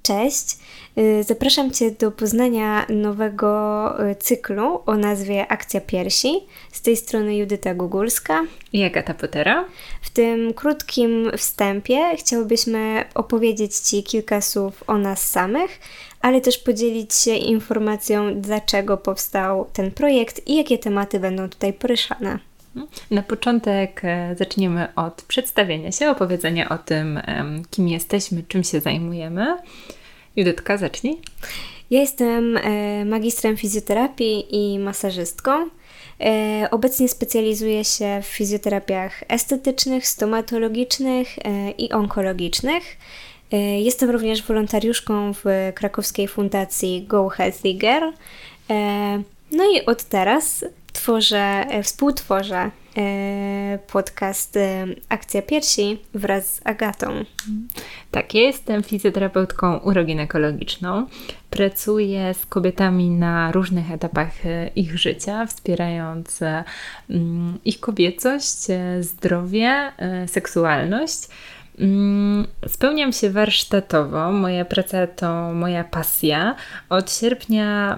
Cześć! Zapraszam Cię do poznania nowego cyklu o nazwie Akcja Piersi. Z tej strony Judyta Gugulska i Agata Potera. W tym krótkim wstępie chciałybyśmy opowiedzieć Ci kilka słów o nas samych, ale też podzielić się informacją, dlaczego powstał ten projekt i jakie tematy będą tutaj poruszane. Na początek zaczniemy od przedstawienia się, opowiedzenia o tym, kim jesteśmy, czym się zajmujemy. Judytka, zacznij. Ja jestem magistrem fizjoterapii i masażystką. Obecnie specjalizuję się w fizjoterapiach estetycznych, stomatologicznych i onkologicznych. Jestem również wolontariuszką w krakowskiej fundacji Go Healthy Girl. No i od teraz współtworzę podcast Akcja Piersi wraz z Agatą. Tak, ja jestem fizjoterapeutką uroginekologiczną. Pracuję z kobietami na różnych etapach ich życia, wspierając ich kobiecość, zdrowie, seksualność. Spełniam się warsztatowo. Moja praca to moja pasja. Od sierpnia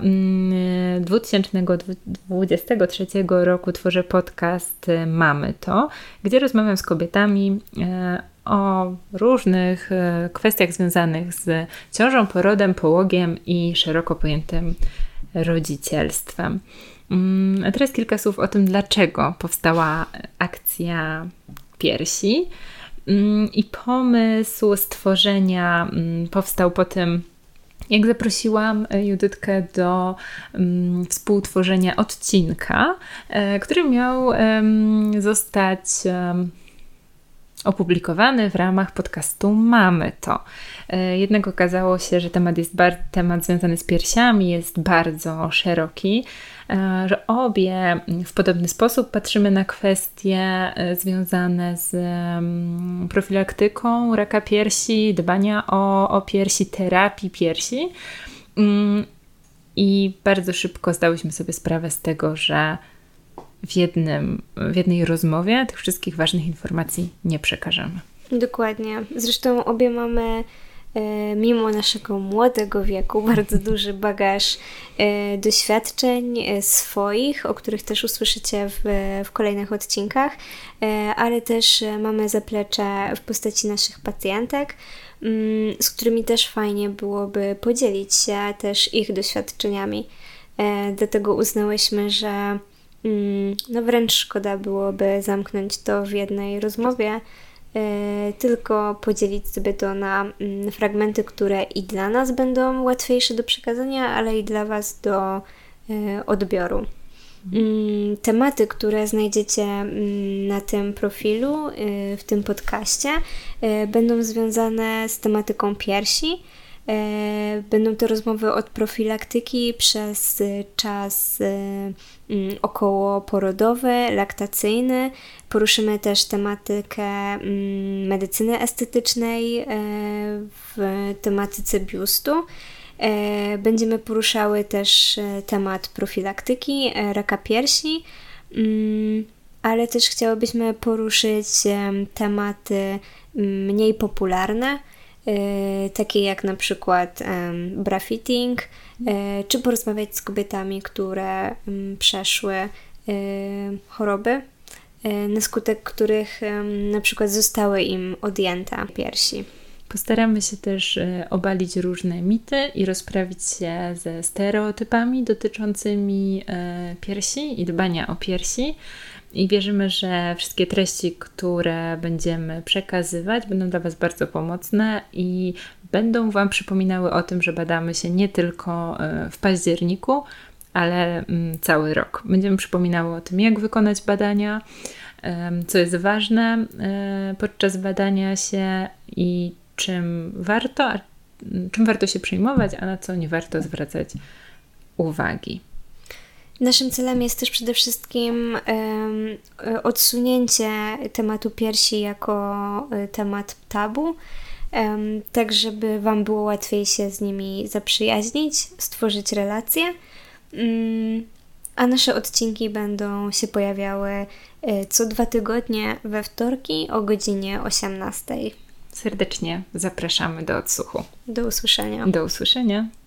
2023 roku tworzę podcast Mamy to, gdzie rozmawiam z kobietami o różnych kwestiach związanych z ciążą, porodem, połogiem i szeroko pojętym rodzicielstwem. A teraz kilka słów o tym, dlaczego powstała Akcja Piersi. I pomysł stworzenia powstał po tym, jak zaprosiłam Judytkę do współtworzenia odcinka, który miał zostać opublikowany w ramach podcastu Mamy to. Jednak okazało się, że temat związany z piersiami jest bardzo szeroki, że obie w podobny sposób patrzymy na kwestie związane z profilaktyką raka piersi, dbania o piersi, terapii piersi. I bardzo szybko zdałyśmy sobie sprawę z tego, że w jednej rozmowie tych wszystkich ważnych informacji nie przekażemy. Dokładnie. Zresztą obie mamy mimo naszego młodego wieku bardzo duży bagaż doświadczeń swoich, o których też usłyszycie w kolejnych odcinkach, ale też mamy zaplecze w postaci naszych pacjentek, z którymi też fajnie byłoby podzielić się też ich doświadczeniami. Dlatego uznałyśmy, że wręcz szkoda byłoby zamknąć to w jednej rozmowie, tylko podzielić sobie to na fragmenty, które i dla nas będą łatwiejsze do przekazania, ale i dla Was do odbioru. Tematy, które znajdziecie na tym profilu, w tym podcaście, będą związane z tematyką piersi. Będą to rozmowy od profilaktyki przez czas okołoporodowy, laktacyjny. Poruszymy też tematykę medycyny estetycznej w tematyce biustu. Będziemy poruszały też temat profilaktyki raka piersi, ale też chciałybyśmy poruszyć tematy mniej popularne, takie jak na przykład bra-fitting, czy porozmawiać z kobietami, które przeszły choroby, na skutek których na przykład zostały im odjęte piersi. Postaramy się też obalić różne mity i rozprawić się ze stereotypami dotyczącymi piersi i dbania o piersi. I wierzymy, że wszystkie treści, które będziemy przekazywać, będą dla Was bardzo pomocne i będą Wam przypominały o tym, że badamy się nie tylko w październiku, ale cały rok. Będziemy przypominały o tym, jak wykonać badania, co jest ważne podczas badania się i czym warto się przejmować, a na co nie warto zwracać uwagi. Naszym celem jest też przede wszystkim odsunięcie tematu piersi jako temat tabu, tak żeby Wam było łatwiej się z nimi zaprzyjaźnić, stworzyć relacje, a nasze odcinki będą się pojawiały co 2 tygodnie we wtorki o godzinie 18:00. serdecznie zapraszamy do odsłuchu. Do usłyszenia. Do usłyszenia.